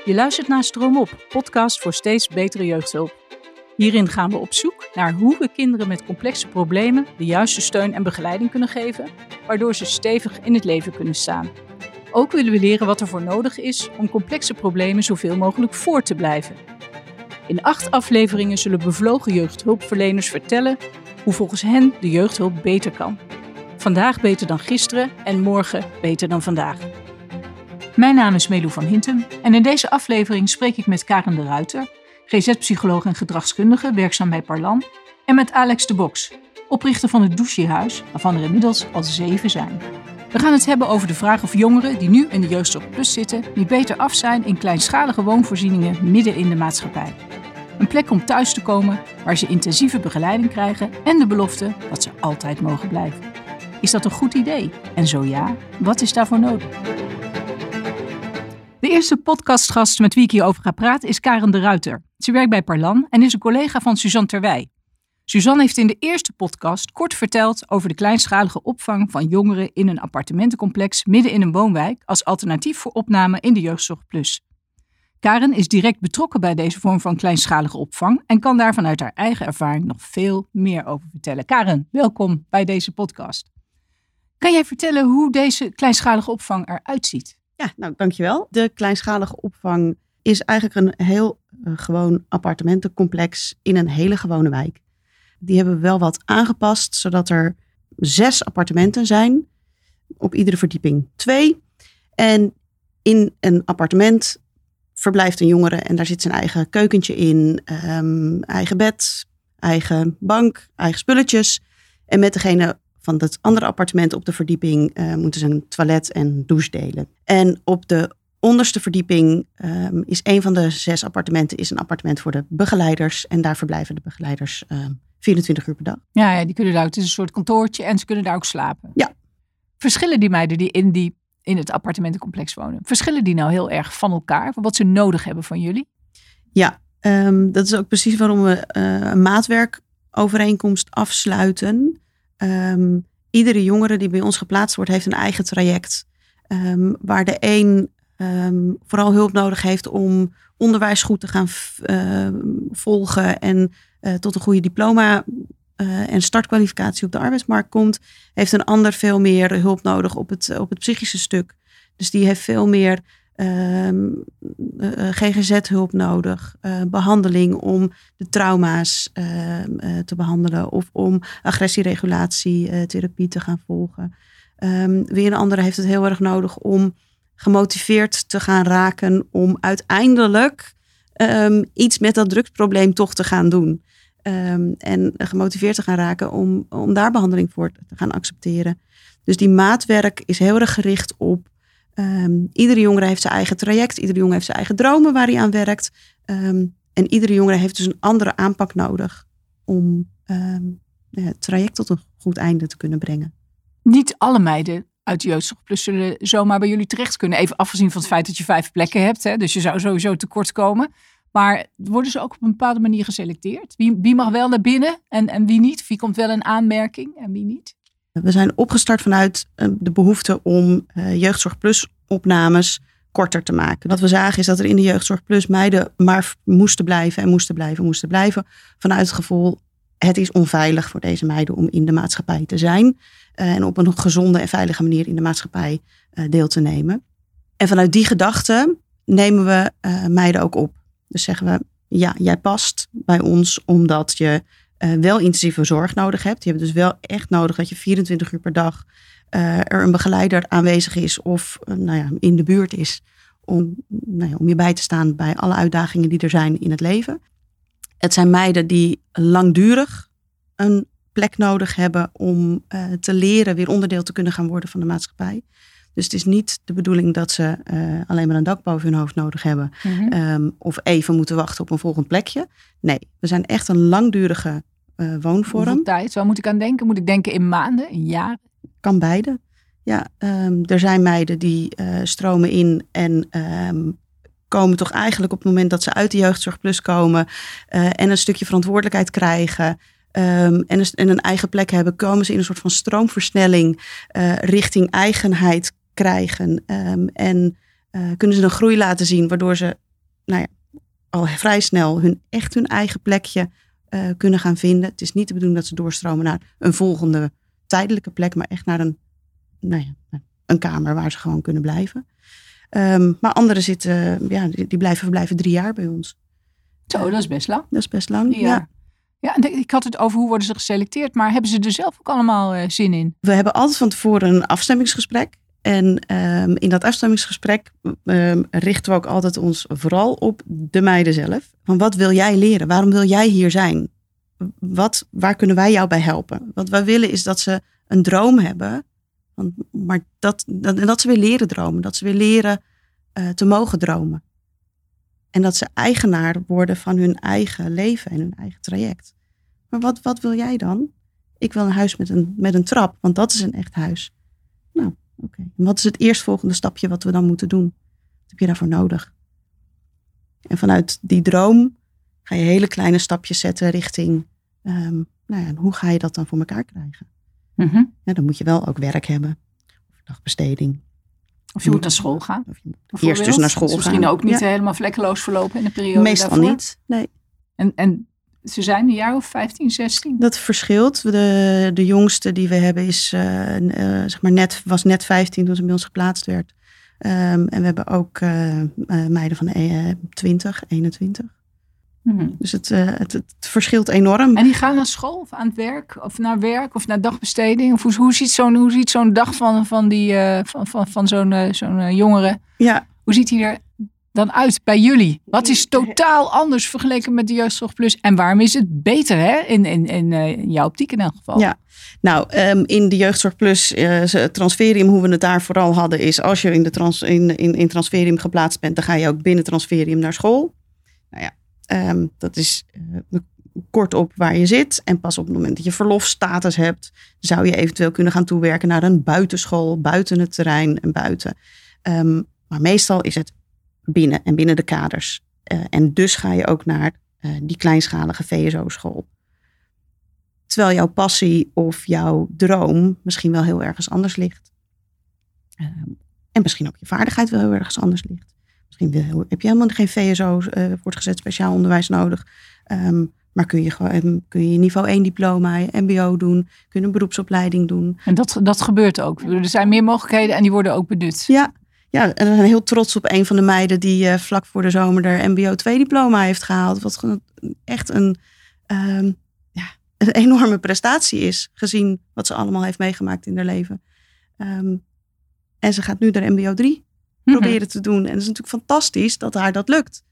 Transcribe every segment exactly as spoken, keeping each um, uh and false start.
Je luistert naar Stroom Op, podcast voor steeds betere jeugdhulp. Hierin gaan we op zoek naar hoe we kinderen met complexe problemen de juiste steun en begeleiding kunnen geven, waardoor ze stevig in het leven kunnen staan. Ook willen we leren wat er voor nodig is om complexe problemen zoveel mogelijk voor te blijven. In acht afleveringen zullen bevlogen jeugdhulpverleners vertellen hoe volgens hen de jeugdhulp beter kan. Vandaag beter dan gisteren en morgen beter dan vandaag. Mijn naam is Melou van Hintem en in deze aflevering spreek ik met Karen de Ruiter, G Z-psycholoog en gedragskundige, werkzaam bij Parlan, en met Alex de Box, oprichter van het Douchierhuis, waarvan er inmiddels al zeven zijn. We gaan het hebben over de vraag of jongeren die nu in de Jeugdzorg Plus zitten, niet beter af zijn in kleinschalige woonvoorzieningen midden in de maatschappij. Een plek om thuis te komen waar ze intensieve begeleiding krijgen en de belofte dat ze altijd mogen blijven. Is dat een goed idee? En zo ja, wat is daarvoor nodig? De eerste podcastgast met wie ik hierover ga praten is Karen de Ruiter. Ze werkt bij Parlan en is een collega van Suzanne Terwij. Suzanne heeft in de eerste podcast kort verteld over de kleinschalige opvang van jongeren in een appartementencomplex midden in een woonwijk als alternatief voor opname in de Jeugdzorg Plus. Karen is direct betrokken bij deze vorm van kleinschalige opvang en kan daar vanuit haar eigen ervaring nog veel meer over vertellen. Karen, welkom bij deze podcast. Kan jij vertellen hoe deze kleinschalige opvang eruit ziet? Ja, nou dankjewel. De kleinschalige opvang is eigenlijk een heel uh, gewoon appartementencomplex in een hele gewone wijk. Die hebben we wel wat aangepast, zodat er zes appartementen zijn. Op iedere verdieping twee. En in een appartement verblijft een jongere en daar zit zijn eigen keukentje in. Um, eigen bed, eigen bank, eigen spulletjes. En met degene van het andere appartement op de verdieping uh, moeten ze een toilet en douche delen. En op de onderste verdieping um, is een van de zes appartementen is een appartement voor de begeleiders. En daar verblijven de begeleiders uh, vierentwintig uur per dag. Ja, ja, die kunnen daar, het is een soort kantoortje en ze kunnen daar ook slapen. Ja. Verschillen die meiden die in, die in het appartementencomplex wonen, verschillen die nou heel erg van elkaar? Van wat ze nodig hebben van jullie? Ja, um, dat is ook precies waarom we uh, een maatwerkovereenkomst afsluiten. Um, iedere jongere die bij ons geplaatst wordt, heeft een eigen traject. Um, waar de een um, vooral hulp nodig heeft om onderwijs goed te gaan uh, volgen en uh, tot een goede diploma uh, en startkwalificatie op de arbeidsmarkt komt. Heeft een ander veel meer hulp nodig op het, op het psychische stuk. Dus die heeft veel meer Um, uh, G G Z-hulp nodig, uh, behandeling om de trauma's uh, uh, te behandelen of om agressieregulatie, uh, therapie te gaan volgen. Um, weer een andere heeft het heel erg nodig om gemotiveerd te gaan raken om uiteindelijk um, iets met dat drugsprobleem toch te gaan doen. Um, en gemotiveerd te gaan raken om, om daar behandeling voor te gaan accepteren. Dus die maatwerk is heel erg gericht op Um, iedere jongere heeft zijn eigen traject. Iedere jongere heeft zijn eigen dromen waar hij aan werkt. Um, en iedere jongere heeft dus een andere aanpak nodig om um, het traject tot een goed einde te kunnen brengen. Niet alle meiden uit de Jeugdzorg Plus zullen zomaar bij jullie terecht kunnen. Even afgezien van het feit dat je vijf plekken hebt. Hè, dus je zou sowieso tekort komen. Maar worden ze ook op een bepaalde manier geselecteerd? Wie, wie mag wel naar binnen en, en wie niet? Wie komt wel in aanmerking en wie niet? We zijn opgestart vanuit de behoefte om uh, Jeugdzorg Plus opnames korter te maken. Wat we zagen is dat er in de Jeugdzorg Plus meiden maar moesten blijven en moesten blijven, moesten blijven. Vanuit het gevoel, het is onveilig voor deze meiden om in de maatschappij te zijn. Uh, en op een gezonde en veilige manier in de maatschappij uh, deel te nemen. En vanuit die gedachte nemen we uh, meiden ook op. Dus zeggen we, ja, jij past bij ons omdat je Uh, wel intensieve zorg nodig hebt. Je hebt dus wel echt nodig dat je vierentwintig uur per dag uh, er een begeleider aanwezig is of uh, nou ja, in de buurt is om, nou ja, om je bij te staan bij alle uitdagingen die er zijn in het leven. Het zijn meiden die langdurig een plek nodig hebben om uh, te leren weer onderdeel te kunnen gaan worden van de maatschappij. Dus het is niet de bedoeling dat ze uh, alleen maar een dak boven hun hoofd nodig hebben. Mm-hmm. Um, of even moeten wachten op een volgend plekje. Nee, we zijn echt een langdurige uh, woonvorm. Hoeveel tijd? Waar moet ik aan denken? Moet ik denken in maanden, in jaren? Kan beide. Ja, um, er zijn meiden die uh, stromen in en um, komen toch eigenlijk op het moment dat ze uit de Jeugdzorg Plus komen uh, en een stukje verantwoordelijkheid krijgen um, en, een, en een eigen plek hebben, komen ze in een soort van stroomversnelling uh, richting eigenheid krijgen um, en uh, kunnen ze een groei laten zien waardoor ze nou ja, al vrij snel hun, echt hun eigen plekje uh, kunnen gaan vinden. Het is niet de bedoeling dat ze doorstromen naar een volgende tijdelijke plek, maar echt naar een, nou ja, een kamer waar ze gewoon kunnen blijven. Um, maar anderen zitten, ja, die, die blijven verblijven drie jaar bij ons. Zo, dat is best lang. Dat is best lang, ja. ja. Ja, ik had het over hoe worden ze geselecteerd, maar hebben ze er zelf ook allemaal uh, zin in? We hebben altijd van tevoren een afstemmingsgesprek. En um, in dat afstemmingsgesprek um, richten we ook altijd ons vooral op de meiden zelf. Van wat wil jij leren? Waarom wil jij hier zijn? Wat, waar kunnen wij jou bij helpen? Wat wij willen is dat ze een droom hebben. Want, maar dat, dat, dat ze weer leren dromen. Dat ze weer leren uh, te mogen dromen. En dat ze eigenaar worden van hun eigen leven en hun eigen traject. Maar wat, wat wil jij dan? Ik wil een huis met een, met een trap, want dat is een echt huis. Nou, oké. Okay. Wat is het eerstvolgende stapje wat we dan moeten doen? Wat heb je daarvoor nodig? En vanuit die droom ga je hele kleine stapjes zetten richting... Um, nou ja, hoe ga je dat dan voor elkaar krijgen? Mm-hmm. Ja, dan moet je wel ook werk hebben. Of dagbesteding. Of je moet naar school gaan. Of je moet eerst dus naar school gaan. Misschien ook niet ja. helemaal vlekkeloos verlopen in de periode Meestal daarvoor. niet, nee. En, en ze zijn een jaar of vijftien, zestien? Dat verschilt. De, de jongste die we hebben is, uh, uh, zeg maar net, was net vijftien toen ze bij ons geplaatst werd. Um, en we hebben ook uh, uh, meiden van uh, twintig, eenentwintig. Mm-hmm. Dus het, uh, het, het verschilt enorm. En die gaan naar school of aan het werk? Of naar werk of naar dagbesteding? Of hoe, hoe, ziet, zo'n, hoe ziet zo'n dag van, van, die, uh, van, van, van zo'n, uh, zo'n uh, jongere? Ja. Hoe ziet die er dan uit bij jullie? Wat is totaal anders vergeleken met de Jeugdzorg Plus? En waarom is het beter, hè? In, in, in, uh, in jouw optiek in elk geval. Ja, nou, um, in de Jeugdzorg Plus, uh, het transferium, hoe we het daar vooral hadden, is als je in, de trans, in, in, in transferium geplaatst bent, dan ga je ook binnen transferium naar school. Nou ja, um, dat is uh, kort op waar je zit. En pas op het moment dat je verlofstatus hebt, zou je eventueel kunnen gaan toewerken naar een buitenschool, buiten het terrein en buiten. Um, maar meestal is het binnen en binnen de kaders. Uh, en dus ga je ook naar uh, die kleinschalige V S O-school. Terwijl jouw passie of jouw droom misschien wel heel ergens anders ligt. Uh, en misschien ook je vaardigheid wel heel ergens anders ligt. Misschien wil, heb je helemaal geen V S O, uh, voortgezet speciaal onderwijs nodig. Um, maar kun je gewoon kun je niveau één diploma, je M B O doen. Kun je een beroepsopleiding doen. En dat, dat gebeurt ook. Er zijn meer mogelijkheden en die worden ook benut. Ja. Ja, en we zijn heel trots op een van de meiden die uh, vlak voor de zomer de M B O twee diploma heeft gehaald. Wat echt een, um, ja, een enorme prestatie is, gezien wat ze allemaal heeft meegemaakt in haar leven. Um, en ze gaat nu de M B O drie mm-hmm. proberen te doen. En het is natuurlijk fantastisch dat haar dat lukt.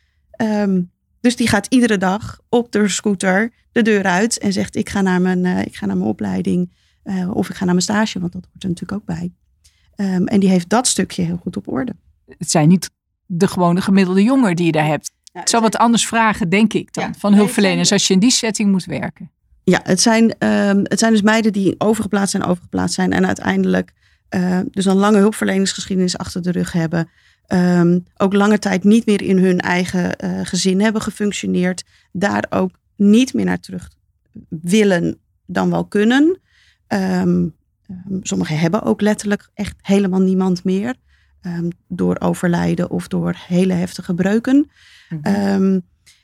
Um, dus die gaat iedere dag op de scooter de deur uit en zegt ik ga naar mijn, uh, ik ga naar mijn opleiding uh, of ik ga naar mijn stage, want dat hoort er natuurlijk ook bij. Um, en die heeft dat stukje heel goed op orde. Het zijn niet de gewone gemiddelde jongeren die je daar hebt. Ja, het zal wat anders vragen, denk ik dan, ja, van hulpverleners als je in die setting moet werken. Ja, het zijn, um, het zijn dus meiden die overgeplaatst zijn, overgeplaatst zijn. En uiteindelijk uh, dus een lange hulpverleningsgeschiedenis achter de rug hebben. Um, ook lange tijd niet meer in hun eigen uh, gezin hebben gefunctioneerd. Daar ook niet meer naar terug willen dan wel kunnen. Um, Um, sommigen hebben ook letterlijk echt helemaal niemand meer. Um, door overlijden of door hele heftige breuken. Mm-hmm. Um,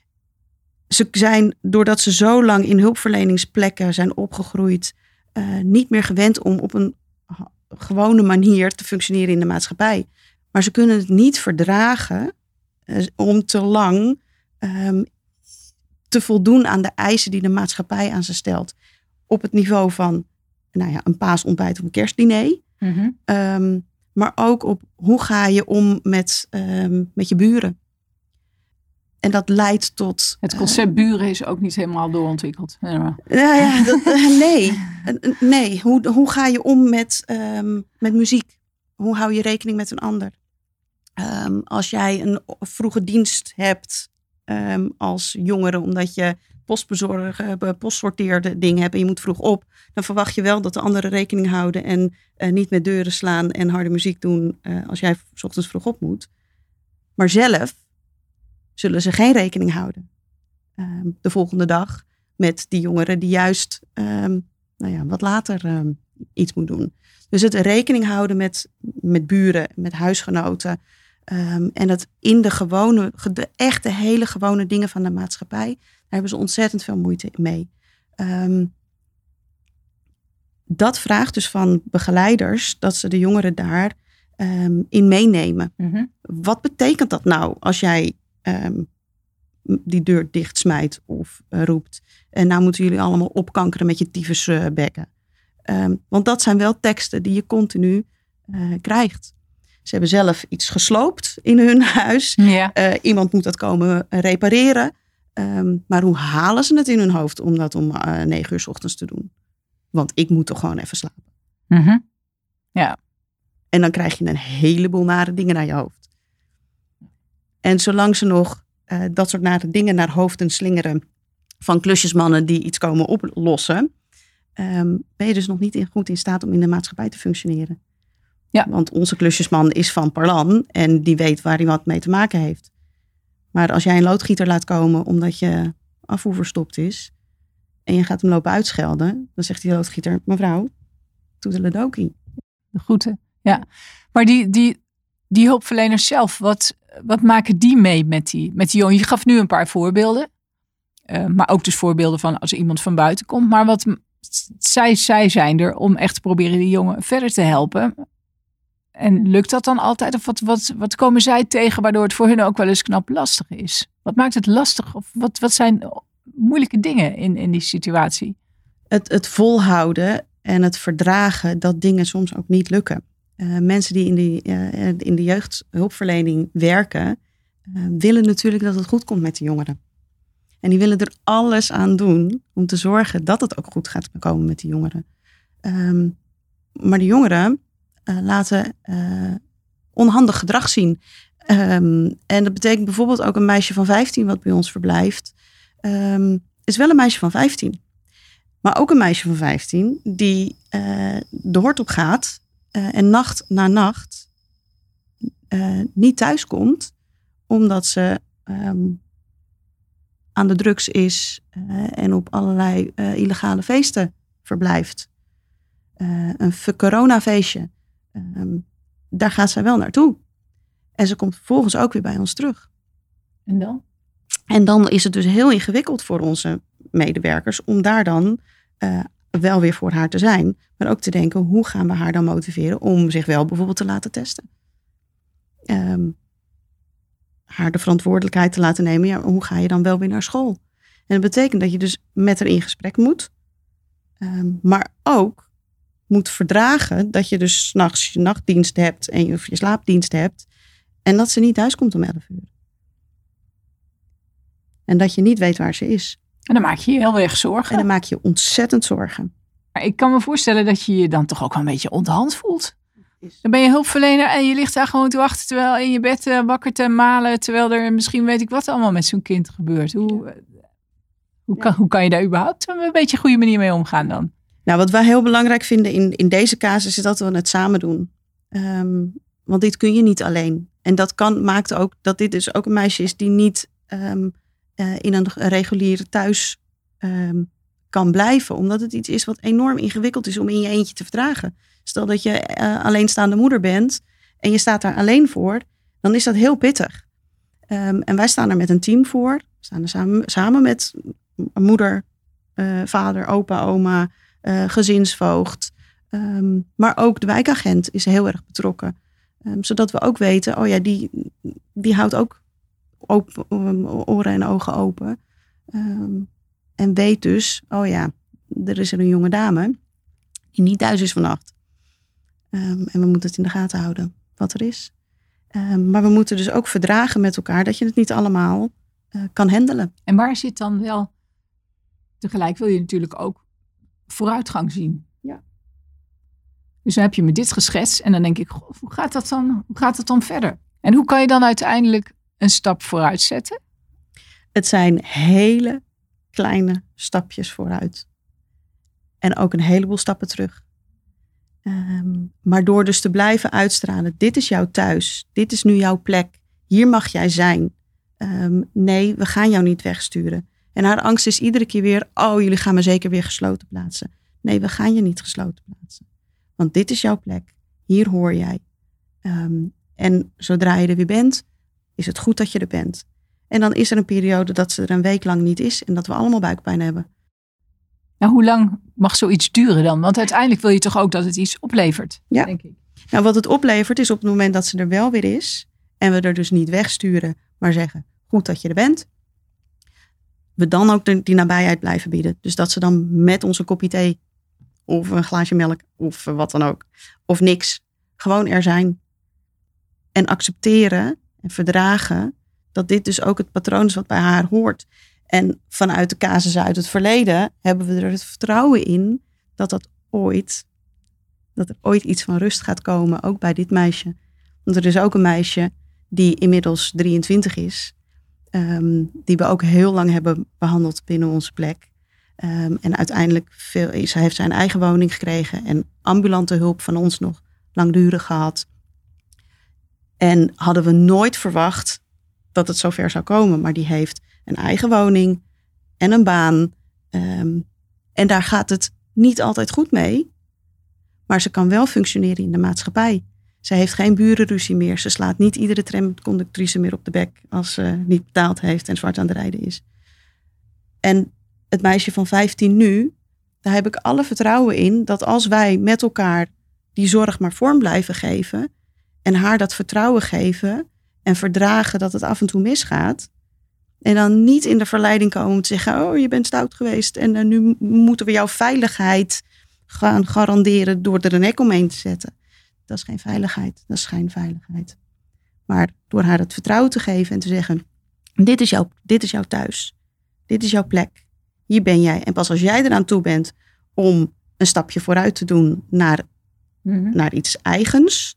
ze zijn, doordat ze zo lang in hulpverleningsplekken zijn opgegroeid, Uh, niet meer gewend om op een gewone manier te functioneren in de maatschappij. Maar ze kunnen het niet verdragen uh, om te lang um, te voldoen aan de eisen die de maatschappij aan ze stelt. Op het niveau van nou ja, een paasontbijt of een kerstdiner. Mm-hmm. Um, maar ook op hoe ga je om met, um, met je buren. En dat leidt tot... Het concept uh, buren is ook niet helemaal doorontwikkeld. Ja, ja, dat, uh, nee. Uh, nee. Hoe, hoe ga je om met, um, met muziek? Hoe hou je rekening met een ander? Um, als jij een vroege dienst hebt um, als jongere, omdat je postbezorgen, postsorteerde dingen hebben en je moet vroeg op, dan verwacht je wel dat de anderen rekening houden en uh, niet met deuren slaan en harde muziek doen uh, als jij 's ochtends vroeg op moet. Maar zelf zullen ze geen rekening houden um, de volgende dag met die jongeren die juist um, nou ja, wat later um, iets moet doen. Dus het rekening houden met, met buren, met huisgenoten, Um, en dat in de gewone, de echte hele gewone dingen van de maatschappij, daar hebben ze ontzettend veel moeite mee. Um, dat vraagt dus van begeleiders dat ze de jongeren daar um, in meenemen. Mm-hmm. Wat betekent dat nou als jij um, die deur dicht smijt of uh, roept, en nou moeten jullie allemaal opkankeren met je tyfusbekken. Um, want dat zijn wel teksten die je continu uh, krijgt. Ze hebben zelf iets gesloopt in hun huis. Ja. Uh, iemand moet dat komen repareren. Um, maar hoe halen ze het in hun hoofd om dat om uh, negen uur 's ochtends te doen? Want ik moet toch gewoon even slapen. Mm-hmm. Ja. En dan krijg je een heleboel nare dingen naar je hoofd. En zolang ze nog uh, dat soort nare dingen naar hoofden slingeren van klusjesmannen die iets komen oplossen, um, ben je dus nog niet in, goed in staat om in de maatschappij te functioneren. Ja. Want onze klusjesman is van Parlan en die weet waar hij wat mee te maken heeft. Maar als jij een loodgieter laat komen omdat je afvoer verstopt is en je gaat hem lopen uitschelden, dan zegt die loodgieter: mevrouw, toedeledokie. De groeten, ja. Maar die, die, die hulpverleners zelf, wat, wat maken die mee met die, met die jongen? Je gaf nu een paar voorbeelden. Uh, maar ook dus voorbeelden van als iemand van buiten komt. Maar wat zij, zij zijn er om echt te proberen die jongen verder te helpen. En lukt dat dan altijd? Of wat, wat, wat komen zij tegen waardoor het voor hun ook wel eens knap lastig is? Wat maakt het lastig? Of wat, wat zijn moeilijke dingen in, in die situatie? Het, het volhouden en het verdragen dat dingen soms ook niet lukken. Uh, mensen die in, die, uh, in de jeugdhulpverlening werken, uh, willen natuurlijk dat het goed komt met de jongeren. En die willen er alles aan doen om te zorgen dat het ook goed gaat komen met de jongeren. Um, maar de jongeren uh, laten uh, onhandig gedrag zien. Um, en dat betekent bijvoorbeeld ook een meisje van vijftien wat bij ons verblijft. Um, is wel een meisje van vijftien. Maar ook een meisje van vijftien die uh, de hort op gaat uh, en nacht na nacht uh, niet thuis komt. Omdat ze um, aan de drugs is uh, en op allerlei uh, illegale feesten verblijft. Uh, een coronafeestje. Um, daar gaat zij wel naartoe. En ze komt vervolgens ook weer bij ons terug. En dan? En dan is het dus heel ingewikkeld voor onze medewerkers om daar dan uh, wel weer voor haar te zijn. Maar ook te denken, hoe gaan we haar dan motiveren om zich wel bijvoorbeeld te laten testen? Um, haar de verantwoordelijkheid te laten nemen. Ja, hoe ga je dan wel weer naar school? En dat betekent dat je dus met haar in gesprek moet. Um, maar ook moet verdragen dat je dus 's nachts je nachtdienst hebt en je, of je slaapdienst hebt. En dat ze niet thuis komt om elf uur. En dat je niet weet waar ze is. En dan maak je je heel erg zorgen. En dan maak je ontzettend zorgen. Maar ik kan me voorstellen dat je je dan toch ook wel een beetje onthand voelt. Dan ben je hulpverlener en je ligt daar gewoon te wachten, terwijl in je bed uh, wakker te malen, terwijl er misschien weet ik wat allemaal met zo'n kind gebeurt. Hoe, uh, hoe, kan, hoe kan je daar überhaupt een beetje goede manier mee omgaan dan? Nou, wat wij heel belangrijk vinden in, in deze casus is dat we het samen doen. Um, want dit kun je niet alleen. En dat kan, maakt ook dat dit dus ook een meisje is die niet um, uh, in een reguliere thuis um, kan blijven. Omdat het iets is wat enorm ingewikkeld is om in je eentje te verdragen. Stel dat je uh, alleenstaande moeder bent en je staat daar alleen voor, dan is dat heel pittig. Um, en wij staan er met een team voor. We staan er samen, samen met moeder, uh, vader, opa, oma, uh, gezinsvoogd. Um, maar ook de wijkagent is heel erg betrokken. Um, zodat we ook weten, oh ja, die, die houdt ook open, um, oren en ogen open. Um, en weet dus, oh ja, er is er een jonge dame die niet thuis is vannacht. Um, en we moeten het in de gaten houden wat er is. Um, maar we moeten dus ook verdragen met elkaar dat je het niet allemaal uh, kan handelen. En waar zit dan wel, tegelijk wil je natuurlijk ook vooruitgang zien. Ja. Dus dan heb je me dit geschetst en dan denk ik, goh, hoe gaat dat dan, hoe gaat dat dan verder? En hoe kan je dan uiteindelijk een stap vooruit zetten? Het zijn hele kleine stapjes vooruit. En ook een heleboel stappen terug. Um, maar door dus te blijven uitstralen, dit is jouw thuis, dit is nu jouw plek, hier mag jij zijn. Um, nee, we gaan jou niet wegsturen. En haar angst is iedere keer weer, oh, jullie gaan me zeker weer gesloten plaatsen. Nee, we gaan je niet gesloten plaatsen. Want dit is jouw plek, hier hoor jij. Um, En zodra je er weer bent, is het goed dat je er bent. En dan is er een periode dat ze er een week lang niet is en dat we allemaal buikpijn hebben. Nou, hoe lang mag zoiets duren dan? Want uiteindelijk wil je toch ook dat het iets oplevert, ja. denk ik. Nou, wat het oplevert is op het moment dat ze er wel weer is en we er dus niet wegsturen, maar zeggen, goed dat je er bent. We dan ook de, die nabijheid blijven bieden. Dus dat ze dan met onze kopje thee of een glaasje melk of wat dan ook, of niks, gewoon er zijn. En accepteren en verdragen dat dit dus ook het patroon is wat bij haar hoort. En vanuit de casus uit het verleden hebben we er het vertrouwen in dat dat ooit, dat er ooit iets van rust gaat komen, ook bij dit meisje. Want er is ook een meisje die inmiddels drieëntwintig is, um, die we ook heel lang hebben behandeld binnen onze plek. Um, en uiteindelijk veel, is, heeft zijn eigen woning gekregen en ambulante hulp van ons nog langdurig gehad. En hadden we nooit verwacht dat het zover zou komen. Maar die heeft een eigen woning en een baan. Um, en daar gaat het niet altijd goed mee. Maar ze kan wel functioneren in de maatschappij. Ze heeft geen burenruzie meer. Ze slaat niet iedere tramconductrice meer op de bek als ze niet betaald heeft en zwart aan het rijden is. En het meisje van vijftien nu, daar heb ik alle vertrouwen in dat als wij met elkaar die zorg maar vorm blijven geven en haar dat vertrouwen geven en verdragen dat het af en toe misgaat en dan niet in de verleiding komen om te zeggen, oh, je bent stout geweest en uh, nu moeten we jouw veiligheid gaan garanderen door er een hek omheen te zetten. Dat is geen veiligheid, dat is schijnveiligheid. Maar door haar het vertrouwen te geven en te zeggen, dit is jouw, dit is jouw thuis, dit is jouw plek. Hier ben jij. En pas als jij eraan toe bent om een stapje vooruit te doen naar, mm-hmm. naar iets eigens,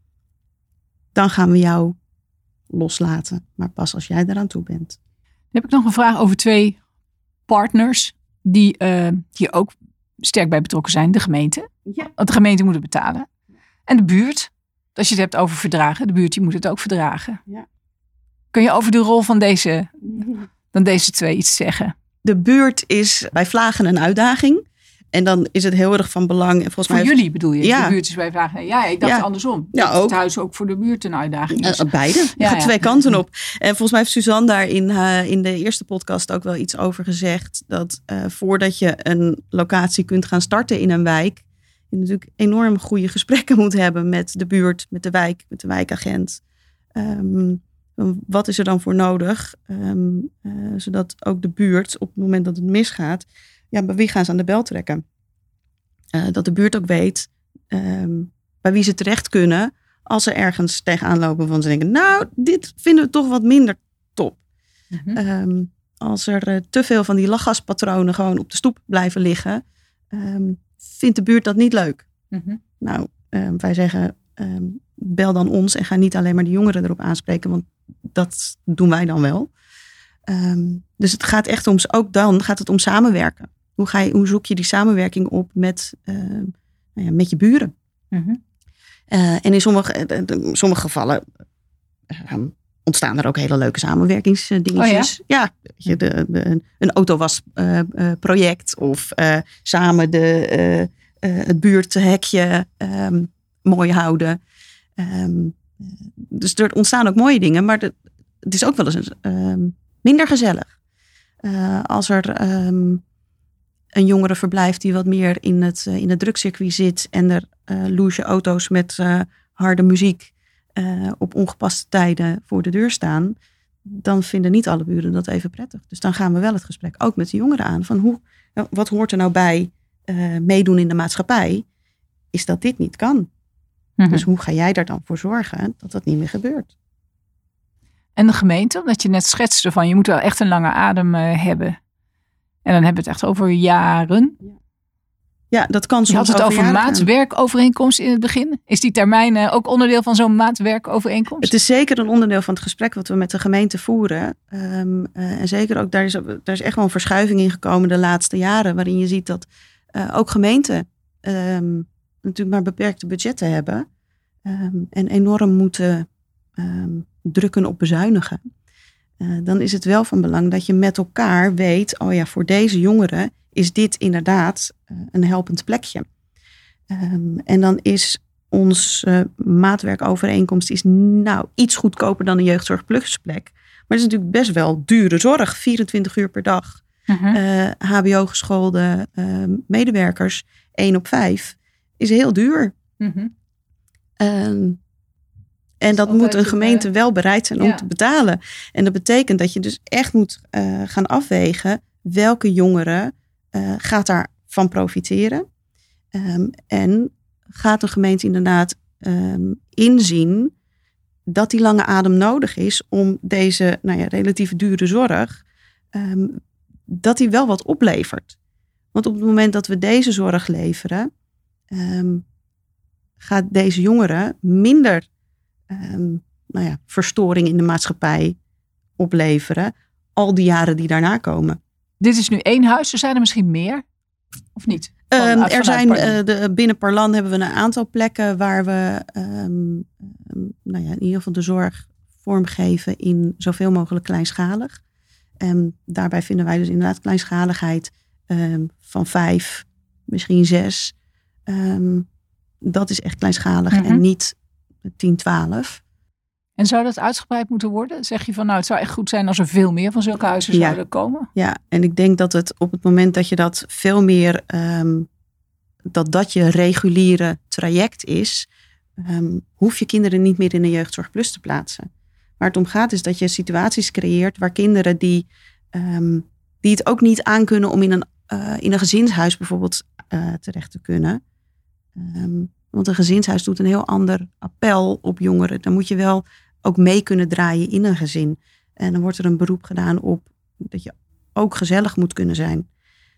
dan gaan we jou loslaten. Maar pas als jij eraan toe bent. Dan heb ik nog een vraag over twee partners die uh, hier ook sterk bij betrokken zijn. De gemeente. Ja. Want de gemeente moet het betalen. En de buurt. Als je het hebt over verdragen. De buurt die moet het ook verdragen. Ja. Kun je over de rol van deze, dan deze twee iets zeggen? De buurt is bij Vlagen een uitdaging. En dan is het heel erg van belang. En volgens voor mij jullie heeft, bedoel je? Ja. De buurt is bij Vlagen. Ja, ik dacht ja. andersom. Ja, dat ook. Het huis ook voor de buurt een uitdaging is. Uh, beide. Je ja, gaat ja. twee kanten op. En volgens mij heeft Suzanne daar in, uh, in de eerste podcast ook wel iets over gezegd. Dat uh, voordat je een locatie kunt gaan starten in een wijk, je natuurlijk enorm goede gesprekken moet hebben met de buurt, met de wijk, met de wijkagent. Um, Wat is er dan voor nodig? Um, uh, zodat ook de buurt op het moment dat het misgaat, ja, bij wie gaan ze aan de bel trekken? Uh, dat de buurt ook weet um, bij wie ze terecht kunnen als ze ergens tegenaan lopen van ze denken, nou, dit vinden we toch wat minder top. Mm-hmm. Um, als er uh, te veel van die lachgaspatronen gewoon op de stoep blijven liggen, um, vindt de buurt dat niet leuk. Mm-hmm. Nou, um, wij zeggen, um, bel dan ons en ga niet alleen maar de jongeren erop aanspreken, want dat doen wij dan wel. Um, dus het gaat echt om, ook dan gaat het om samenwerken. Hoe, ga je, hoe zoek je die samenwerking op met, uh, nou ja, met je buren? Mm-hmm. Uh, en in sommige, in sommige gevallen uh, ontstaan er ook hele leuke samenwerkingsdingetjes. Oh ja? Ja, de, de, een autowasproject uh, uh, of uh, samen de, uh, uh, het buurthekje um, mooi houden. Um, dus er ontstaan ook mooie dingen, maar de, het is ook wel eens um, minder gezellig. Uh, als er um, een jongere verblijft die wat meer in het, uh, in het drugscircuit zit en er uh, loesje auto's met uh, harde muziek uh, op ongepaste tijden voor de deur staan, dan vinden niet alle buren dat even prettig. Dus dan gaan we wel het gesprek ook met de jongeren aan van hoe, wat hoort er nou bij uh, meedoen in de maatschappij, is dat dit niet kan. Mm-hmm. Dus hoe ga jij daar dan voor zorgen dat dat niet meer gebeurt? En de gemeente, omdat je net schetste van je moet wel echt een lange adem uh, hebben. En dan hebben we het echt over jaren. Ja, dat kan soms. Je had het over, over maatwerkovereenkomst in het begin. Is die termijn uh, ook onderdeel van zo'n maatwerkovereenkomst? Het is zeker een onderdeel van het gesprek wat we met de gemeente voeren. Um, uh, en zeker ook, daar is, daar is echt wel een verschuiving in gekomen de laatste jaren. Waarin je ziet dat uh, ook gemeenten um, natuurlijk maar beperkte budgetten hebben. Um, en enorm moeten um, drukken op bezuinigen. Uh, dan is het wel van belang dat je met elkaar weet, oh ja, voor deze jongeren is dit inderdaad uh, een helpend plekje. Um, en dan is onze maatwerkovereenkomst is nou iets goedkoper dan een jeugdzorgplusplek. Maar het is natuurlijk best wel dure zorg. vierentwintig uur per dag. Uh-huh. Uh, H B O-geschoolde uh, medewerkers, één op vijf, is heel duur. Uh-huh. Uh, en dat moet een gemeente uh, wel bereid zijn om ja. te betalen. En dat betekent dat je dus echt moet uh, gaan afwegen welke jongeren uh, gaat daarvan profiteren. Um, en gaat de gemeente inderdaad um, inzien dat die lange adem nodig is om deze nou ja, relatief dure zorg, um, dat die wel wat oplevert. Want op het moment dat we deze zorg leveren, um, gaat deze jongeren minder um, nou ja, verstoring in de maatschappij opleveren, al die jaren die daarna komen. Dit is nu één huis, er zijn er misschien meer, of niet? Um, er zijn uh, de, binnen Parlan hebben we een aantal plekken waar we um, um, nou ja, in ieder geval de zorg vormgeven in zoveel mogelijk kleinschalig. Um, daarbij vinden wij dus inderdaad kleinschaligheid um, van vijf, misschien zes. Um, dat is echt kleinschalig mm-hmm. en niet tien, twaalf. En zou dat uitgebreid moeten worden? Zeg je van nou, het zou echt goed zijn als er veel meer van zulke huizen ja. zouden komen? Ja, en ik denk dat het op het moment dat je dat veel meer, um, dat dat je reguliere traject is, um, hoef je kinderen niet meer in een jeugdzorg plus te plaatsen. Waar het om gaat is dat je situaties creëert waar kinderen die, um, die het ook niet aankunnen om in een, uh, in een gezinshuis bijvoorbeeld uh, terecht te kunnen. Um, want een gezinshuis doet een heel ander appel op jongeren. Dan moet je wel ook mee kunnen draaien in een gezin. En dan wordt er een beroep gedaan op dat je ook gezellig moet kunnen zijn.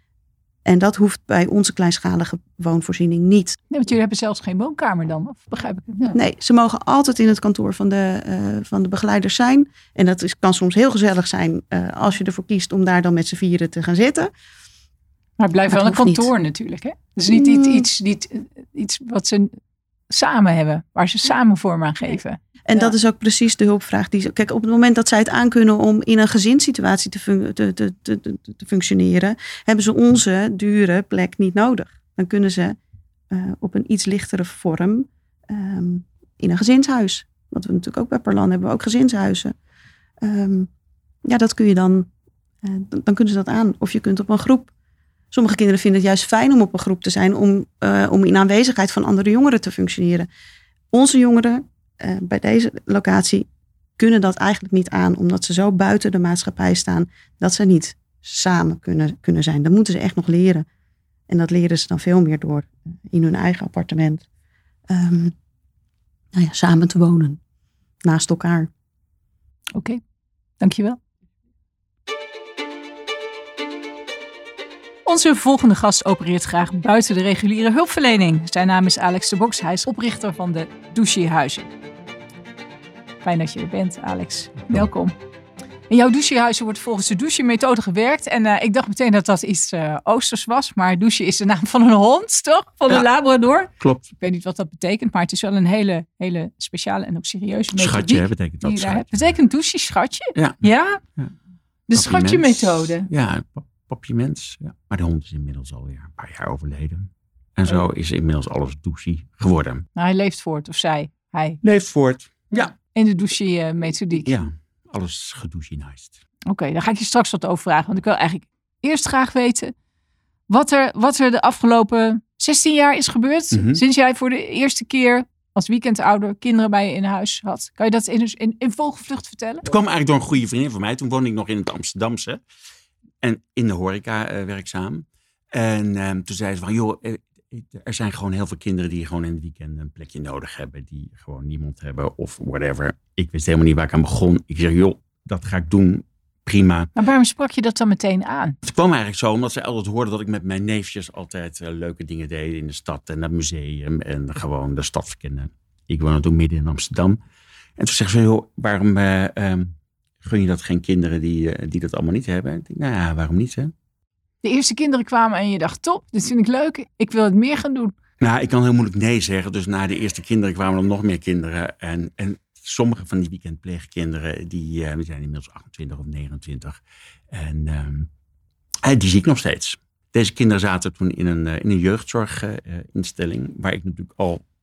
En dat hoeft bij onze kleinschalige woonvoorziening niet. Nee, want jullie hebben zelfs geen woonkamer dan, of begrijp ik het? Ja. Nee, ze mogen altijd in het kantoor van de, uh, van de begeleiders zijn. En dat is, kan soms heel gezellig zijn uh, als je ervoor kiest om daar dan met z'n vieren te gaan zitten. Maar het blijft maar wel het een kantoor niet. Natuurlijk. Hè? Dus niet iets, iets, iets, iets wat ze samen hebben, waar ze samen vorm aan geven. En ja. dat is ook precies de hulpvraag. Die ze, kijk, op het moment dat zij het aankunnen om in een gezinssituatie te, fun- te, te, te, te, te functioneren, hebben ze onze dure plek niet nodig. Dan kunnen ze uh, op een iets lichtere vorm um, in een gezinshuis. Wat we natuurlijk ook bij Parlan hebben, we ook gezinshuizen. Um, ja, dat kun je dan, uh, dan kunnen ze dat aan. Of je kunt op een groep. Sommige kinderen vinden het juist fijn om op een groep te zijn, om, uh, om in aanwezigheid van andere jongeren te functioneren. Onze jongeren uh, bij deze locatie kunnen dat eigenlijk niet aan, omdat ze zo buiten de maatschappij staan dat ze niet samen kunnen, kunnen zijn. Dat moeten ze echt nog leren. En dat leren ze dan veel meer door in hun eigen appartement. Um, nou ja, samen te wonen, naast elkaar. Oké, okay. Dankjewel. Onze volgende gast opereert graag buiten de reguliere hulpverlening. Zijn naam is Alex de Box. Hij is oprichter van de douchehuizen. Fijn dat je er bent, Alex. Welkom. In jouw douchehuizen wordt volgens de douche-methode gewerkt. En uh, ik dacht meteen dat dat iets uh, Oosters was. Maar douche is de naam van een hond, toch? Van ja, een Labrador. Klopt. Ik weet niet wat dat betekent, maar het is wel een hele, hele speciale en ook serieuze methode. Schatje, hè, betekent dat. Schatje. Betekent douche schatje? Ja. Ja? Ja. De schatje-methode. Ja, Papje-mens, ja. Maar de hond is inmiddels alweer een paar jaar overleden. En zo is inmiddels alles douche geworden. Nou, hij leeft voort, of zij? Hij leeft voort, ja. In de douche-methodiek. Ja, alles gedoucheneist. Oké, okay, daar ga ik je straks wat over vragen. Want ik wil eigenlijk eerst graag weten wat er, wat er de afgelopen zestien jaar is gebeurd. Mm-hmm. Sinds jij voor de eerste keer als weekendouder kinderen bij je in huis had. Kan je dat in, in, in volgevlucht vertellen? Het kwam eigenlijk door een goede vriendin van mij. Toen woonde ik nog in het Amsterdamse. En in de horeca uh, werkzaam. En um, toen zei ze van, joh, er zijn gewoon heel veel kinderen die gewoon in het weekend een plekje nodig hebben. Die gewoon niemand hebben of whatever. Ik wist helemaal niet waar ik aan begon. Ik zeg, joh, dat ga ik doen. Prima. Maar waarom sprak je dat dan meteen aan? Het kwam eigenlijk zo, omdat ze altijd hoorden dat ik met mijn neefjes altijd uh, leuke dingen deed in de stad. En het museum en gewoon de stad verkennen. Ik woonde toen midden in Amsterdam. En toen zegt ze, joh, waarom... Uh, um, gun je dat geen kinderen die, die dat allemaal niet hebben? Ik denk, nou ja, waarom niet, hè? De eerste kinderen kwamen en je dacht, top, dit vind ik leuk. Ik wil het meer gaan doen. Nou, ik kan heel moeilijk nee zeggen. Dus na de eerste kinderen kwamen er nog meer kinderen. En, en sommige van die weekendpleegkinderen, die, uh, die zijn inmiddels achtentwintig of negenentwintig. En um, die zie ik nog steeds. Deze kinderen zaten toen in een, in een jeugdzorginstelling, waar ik natuurlijk al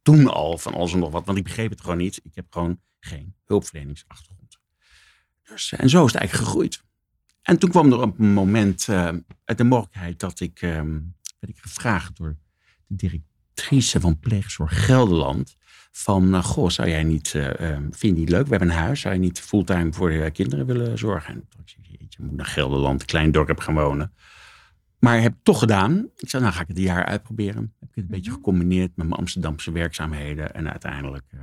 toen al van alles en nog wat. Want ik begreep het gewoon niet. Ik heb gewoon geen hulpverleningsachtergrond. Dus, en zo is het eigenlijk gegroeid. En toen kwam er op een moment uh, de mogelijkheid dat ik, uh, werd ik gevraagd door de directrice van Pleegzorg Gelderland. Van, uh, goh, zou jij niet, uh, uh, vind je niet leuk? We hebben een huis. Zou je niet fulltime voor de kinderen willen zorgen? En toen zei ik, je moet naar Gelderland, een klein dorp gaan wonen. Maar heb ik toch gedaan. Ik zei, nou ga ik het een jaar uitproberen. Heb ik het een beetje gecombineerd met mijn Amsterdamse werkzaamheden. En uiteindelijk, uh,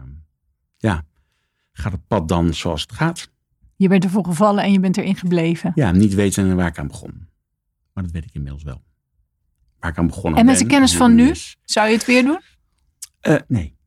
ja, gaat het pad dan zoals het gaat. Je bent ervoor gevallen en je bent erin gebleven. Ja, niet weten waar ik aan begon. Maar dat weet ik inmiddels wel. Waar ik aan begonnen En met ben, de kennis van nu, is, zou je het weer doen? Uh, nee.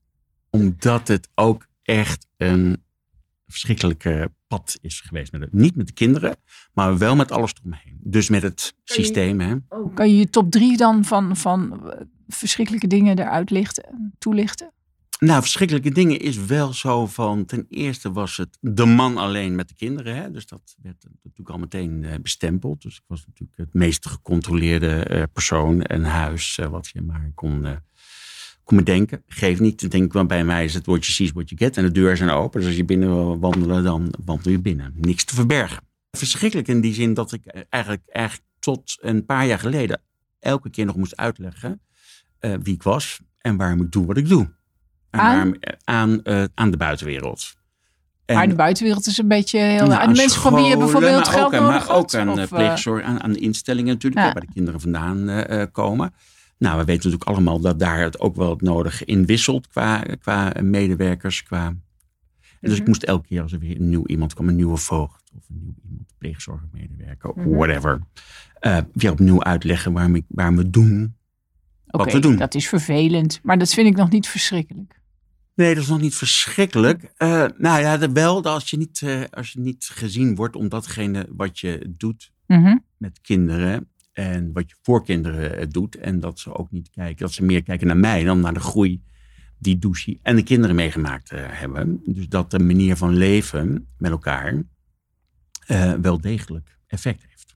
Omdat het ook echt een verschrikkelijke pad is geweest. Met het, niet met de kinderen, maar wel met alles eromheen. Dus met het kan je, systeem. Hè. Kan je je top drie dan van, van verschrikkelijke dingen eruit lichten, toelichten? Nou, verschrikkelijke dingen is wel zo van... Ten eerste was het de man alleen met de kinderen. Hè? Dus dat werd natuurlijk al meteen uh, bestempeld. Dus ik was natuurlijk het meest gecontroleerde uh, persoon en huis... Uh, wat je maar kon, uh, kon bedenken. Geef niet. Ik denk, want bij mij is het what you see is what you get. En de deuren zijn open. Dus als je binnen wil wandelen, dan wandel je binnen. Niks te verbergen. Verschrikkelijk in die zin dat ik eigenlijk, eigenlijk tot een paar jaar geleden... elke keer nog moest uitleggen uh, wie ik was... en waarom ik doe wat ik doe. En aan? Waarom, aan, uh, aan de buitenwereld. En, maar de buitenwereld is een beetje heel... Nou, aan de mensen scholen, van wie je bijvoorbeeld maar geld ook, nodig Maar ook aan of, pleegzorg, aan, aan de instellingen natuurlijk, ja. waar de kinderen vandaan uh, komen. Nou, we weten natuurlijk allemaal dat daar het ook wel het nodige in wisselt qua, qua medewerkers. Qua... En dus mm-hmm. ik moest elke keer als er weer een nieuw iemand kwam, een nieuwe voogd of een nieuw iemand, pleegzorgmedewerker, mm-hmm. whatever. Uh, weer opnieuw uitleggen waarom, ik, waarom we doen wat okay, we doen. Dat is vervelend, maar dat vind ik nog niet verschrikkelijk. Nee, dat is nog niet verschrikkelijk. Uh, nou ja, dat wel als je, niet, uh, als je niet gezien wordt om datgene wat je doet mm-hmm. met kinderen. En wat je voor kinderen uh, doet. En dat ze ook niet kijken, dat ze meer kijken naar mij dan naar de groei die Douchy en de kinderen meegemaakt uh, hebben. Dus dat de manier van leven met elkaar uh, wel degelijk effect heeft.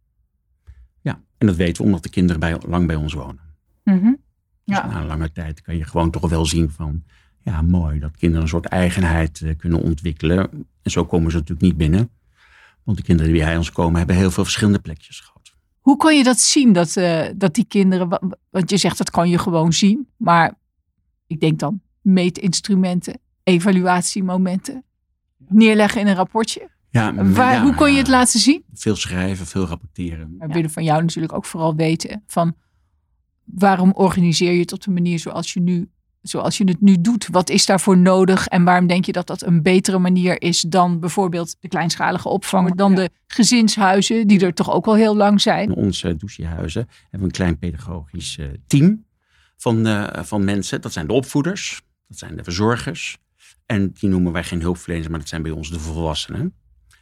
Ja, en dat weten we omdat de kinderen bij, lang bij ons wonen. Mm-hmm. Dus ja. na een lange tijd kan je gewoon toch wel zien van... Ja, mooi dat kinderen een soort eigenheid uh, kunnen ontwikkelen. En zo komen ze natuurlijk niet binnen. Want de kinderen die bij ons komen hebben heel veel verschillende plekjes gehad. Hoe kan je dat zien, dat, uh, dat die kinderen... Want je zegt dat kan je gewoon zien. Maar ik denk dan meetinstrumenten, evaluatiemomenten. Neerleggen in een rapportje. Ja, Waar, ja, hoe kon je ja. het laten zien? Veel schrijven, veel rapporteren. We willen van jou natuurlijk ook vooral weten. Van waarom organiseer je het op de manier zoals je nu... Zoals je het nu doet. Wat is daarvoor nodig? En waarom denk je dat dat een betere manier is dan bijvoorbeeld de kleinschalige opvang? Dan ja. de gezinshuizen, die er toch ook al heel lang zijn. In onze Douchy-huizen hebben we een klein pedagogisch uh, team van, uh, van mensen. Dat zijn de opvoeders, dat zijn de verzorgers. En die noemen wij geen hulpverleners, maar dat zijn bij ons de volwassenen.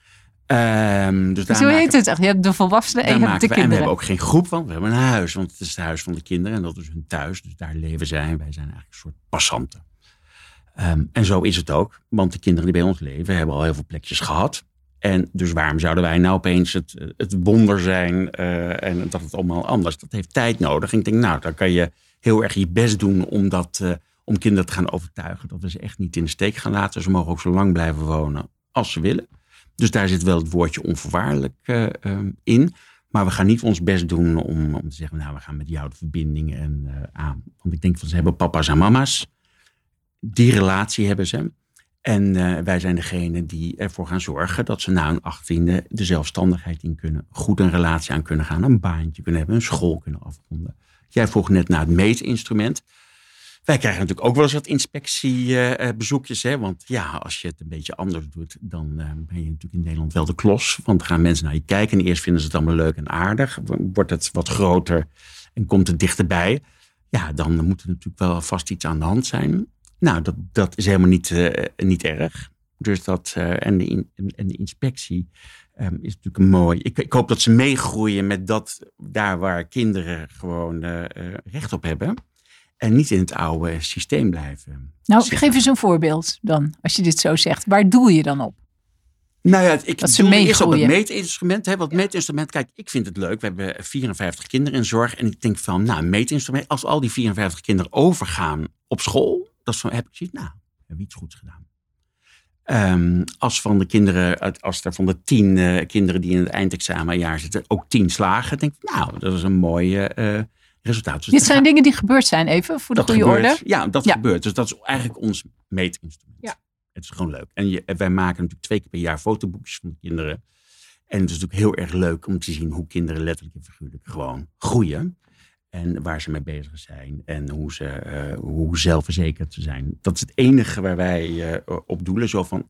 Um, dus Zo heet het echt. Je hebt de volwassenen en je hebt de we, kinderen. En we hebben ook geen groep, want we hebben een huis. Want het is het huis van de kinderen en dat is hun thuis. Dus daar leven zij en wij zijn eigenlijk een soort passanten. Um, en zo is het ook. Want de kinderen die bij ons leven hebben al heel veel plekjes gehad. En dus waarom zouden wij nou opeens het, het wonder zijn uh, en dat het allemaal anders. Dat heeft tijd nodig. En ik denk, nou, dan kan je heel erg je best doen om, dat, uh, om kinderen te gaan overtuigen. Dat we ze echt niet in de steek gaan laten. Ze mogen ook zo lang blijven wonen als ze willen. Dus daar zit wel het woordje onvoorwaardelijk uh, um, in. Maar we gaan niet ons best doen om, om te zeggen... nou, we gaan met jou de verbinding en, uh, aan. Want ik denk van ze hebben papa's en mama's. Die relatie hebben ze. En uh, wij zijn degene die ervoor gaan zorgen... dat ze na hun achttiende de zelfstandigheid in kunnen. Goed een relatie aan kunnen gaan. Een baantje kunnen hebben. Een school kunnen afronden. Jij vroeg net naar het meetinstrument... Wij krijgen natuurlijk ook wel eens wat inspectiebezoekjes. Uh, want ja, als je het een beetje anders doet, dan uh, ben je natuurlijk in Nederland wel de klos. Want dan gaan mensen naar je kijken en eerst vinden ze het allemaal leuk en aardig. Wordt het wat groter en komt het dichterbij. Ja, dan moet er natuurlijk wel vast iets aan de hand zijn. Nou, dat, dat is helemaal niet, uh, niet erg. Dus dat, uh, en, de in, en de inspectie um, is natuurlijk een mooi. Ik, ik hoop dat ze meegroeien met dat daar waar kinderen gewoon uh, uh, recht op hebben. En niet in het oude systeem blijven. Nou, zitten. geef eens een voorbeeld dan, als je dit zo zegt. Waar doe je dan op? Nou ja, ik dat ze doe eerst op het meegroeien. meetinstrument. Hè, want ja. meetinstrument, kijk, ik vind het leuk. We hebben vierenvijftig kinderen in zorg. En ik denk van, nou, een meetinstrument. Als al die vierenvijftig kinderen overgaan op school, dat is van, heb ik zoiets, nou, hebben we iets goeds gedaan. Um, als van de kinderen, als er van de tien uh, kinderen die in het eindexamenjaar zitten, ook tien slagen, denk ik, nou, dat is een mooi uh, resultaat. Dus dit zijn gaat, dingen die gebeurd zijn, even voor de goede gebeurt, orde. Ja, dat ja. gebeurt. Dus dat is eigenlijk ons meetinstrument. Ja. Het is gewoon leuk. En je, wij maken natuurlijk twee keer per jaar fotoboekjes van de kinderen. En het is natuurlijk heel erg leuk om te zien hoe kinderen letterlijk en figuurlijk gewoon groeien. En waar ze mee bezig zijn. En hoe, ze, uh, hoe zelfverzekerd ze zijn. Dat is het enige waar wij uh, op doelen. Zo van,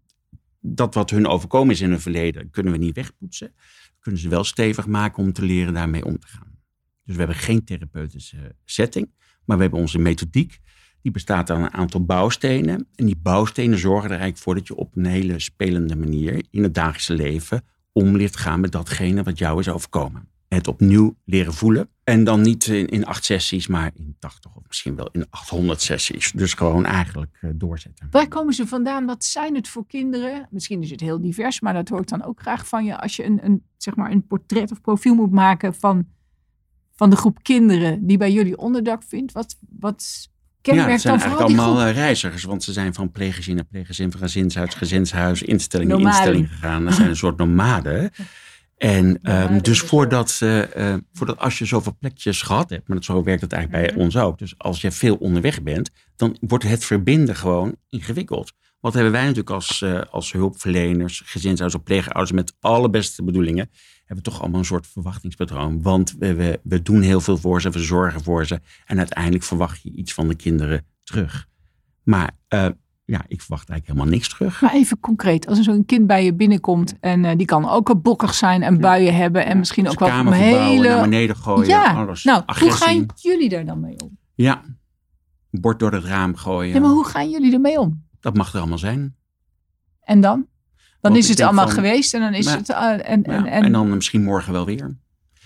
dat wat hun overkomen is in hun verleden, kunnen we niet wegpoetsen. Kunnen ze wel stevig maken om te leren daarmee om te gaan. Dus we hebben geen therapeutische setting. Maar we hebben onze methodiek. Die bestaat uit een aantal bouwstenen. En die bouwstenen zorgen er eigenlijk voor dat je op een hele spelende manier in het dagelijkse leven om leert gaan met datgene wat jou is overkomen. Het opnieuw leren voelen. En dan niet in, in acht sessies, maar in tachtig of misschien wel in achthonderd sessies. Dus gewoon eigenlijk uh, doorzetten. Waar komen ze vandaan? Wat zijn het voor kinderen? Misschien is het heel divers, maar dat hoor ik dan ook graag van je. Als je een, een, zeg maar een portret of profiel moet maken van, van de groep kinderen die bij jullie onderdak vindt. Wat, wat kenmerkt ja, het zijn dan eigenlijk vooral allemaal die groep? reizigers. Want ze zijn van pleeggezin naar pleeggezin, van gezinshuis, gezinshuis, instelling, Nomaden. instelling gegaan. Dat zijn een soort nomaden. En Ja, um, dus is voordat, uh, uh, voordat als je zoveel plekjes gehad hebt, maar dat zo werkt het eigenlijk bij Mm-hmm. ons ook. Dus als je veel onderweg bent, dan wordt het verbinden gewoon ingewikkeld. Wat hebben wij natuurlijk als, uh, als hulpverleners, gezinshuis of pleegouders met alle beste bedoelingen, hebben we toch allemaal een soort verwachtingspatroon. Want we, we, we doen heel veel voor ze, we zorgen voor ze. En uiteindelijk verwacht je iets van de kinderen terug. Maar uh, ja, ik verwacht eigenlijk helemaal niks terug. Maar even concreet, als er zo'n kind bij je binnenkomt en uh, die kan ook bokkig zijn en buien hebben en Ja, misschien dus ook wel kamer een verbouwen, hele... naar beneden gooien, ja, alles. nou, agressie. hoe gaan jullie daar dan mee om? Ja, een bord door het raam gooien. Ja, maar hoe gaan jullie ermee om? Dat mag er allemaal zijn. En dan? Dan Want is ik het denk allemaal van, geweest en dan is maar, het... Uh, en, en, Ja, en, en dan misschien morgen wel weer.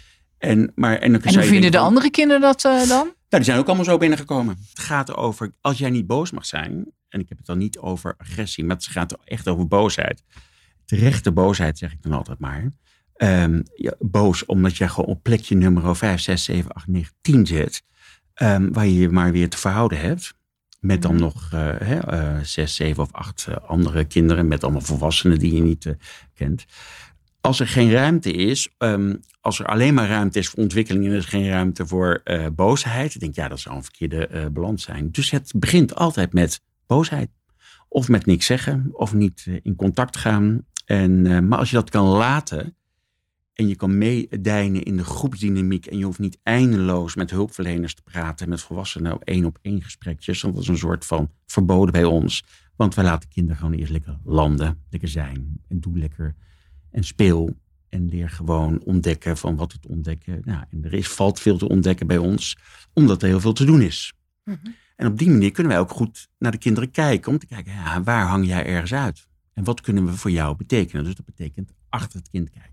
En, maar, en, dan en hoe vinden de van, andere kinderen dat uh, dan? Nou, die zijn ook allemaal zo binnengekomen. Het gaat erover, als jij niet boos mag zijn, en ik heb het dan niet over agressie, maar het gaat echt over boosheid. Terechte boosheid, zeg ik dan altijd maar. Um, ja, boos omdat je gewoon op plekje nummer vijf, zes, zeven, acht, negen, tien zit, um, waar je je maar weer te verhouden hebt. Met dan nog uh, hè, uh, zes, zeven of acht uh, andere kinderen, met allemaal volwassenen die je niet uh, kent. Als er geen ruimte is, um, als er alleen maar ruimte is voor ontwikkeling en er is geen ruimte voor uh, boosheid, dan denk ik, ja, dat zou een verkeerde uh, balans zijn. Dus het begint altijd met boosheid. Of met niks zeggen, of niet uh, in contact gaan. En, uh, maar als je dat kan laten en je kan meedijnen in de groepsdynamiek en je hoeft niet eindeloos met hulpverleners te praten, met volwassenen op één op één gesprekjes, want dat is een soort van verboden bij ons. Want wij laten kinderen gewoon eerst lekker landen, lekker zijn en doe lekker en speel en leer gewoon ontdekken van wat het ontdekken. Nou, en er is, valt veel te ontdekken bij ons, omdat er heel veel te doen is. Mm-hmm. En op die manier kunnen wij ook goed naar de kinderen kijken, om te kijken, ja, waar hang jij ergens uit? En wat kunnen we voor jou betekenen? Dus dat betekent achter het kind kijken.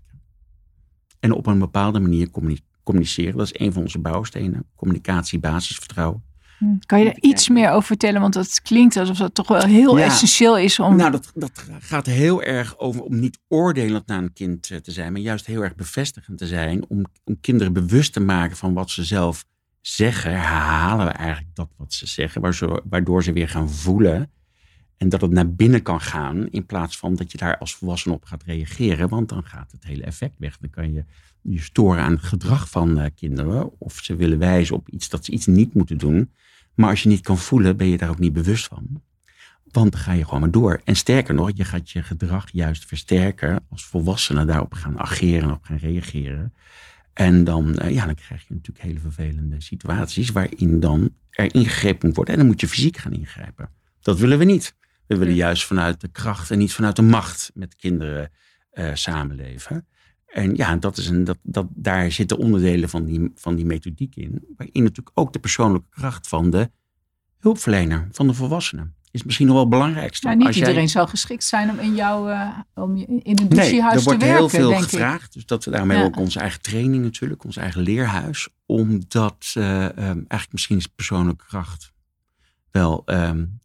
En op een bepaalde manier communiceren. Dat is een van onze bouwstenen. Communicatie, basis, vertrouwen. Kan je er iets meer over vertellen? Want dat klinkt alsof dat toch wel heel ja, essentieel is om... Nou, dat, dat gaat heel erg over om niet oordelend naar een kind te zijn, maar juist heel erg bevestigend te zijn. Om, om kinderen bewust te maken van wat ze zelf zeggen. Herhalen we eigenlijk dat wat ze zeggen, waardoor ze weer gaan voelen. En dat het naar binnen kan gaan, in plaats van dat je daar als volwassene op gaat reageren. Want dan gaat het hele effect weg. Dan kan je je storen aan het gedrag van uh, kinderen. Of ze willen wijzen op iets dat ze iets niet moeten doen. Maar als je niet kan voelen, ben je daar ook niet bewust van. Want dan ga je gewoon maar door. En sterker nog, je gaat je gedrag juist versterken als volwassenen daarop gaan ageren, op gaan reageren. En dan, uh, ja, dan krijg je natuurlijk hele vervelende situaties waarin dan er ingegrepen moet worden. En dan moet je fysiek gaan ingrijpen. Dat willen we niet. We willen juist vanuit de kracht en niet vanuit de macht met kinderen uh, samenleven. En ja, dat is een, dat, dat, daar zitten onderdelen van die, van die methodiek in. Waarin natuurlijk ook de persoonlijke kracht van de hulpverlener, van de volwassene, is misschien nog wel het belangrijkste. Ja, niet Als iedereen jij... zal geschikt zijn om in jouw uh, om in een douchehuis nee, er te wordt werken, heel veel denk gevraagd. Ik. Dus dat, daarmee ja. ook onze eigen training natuurlijk, ons eigen leerhuis. Omdat uh, um, eigenlijk misschien is persoonlijke kracht wel um,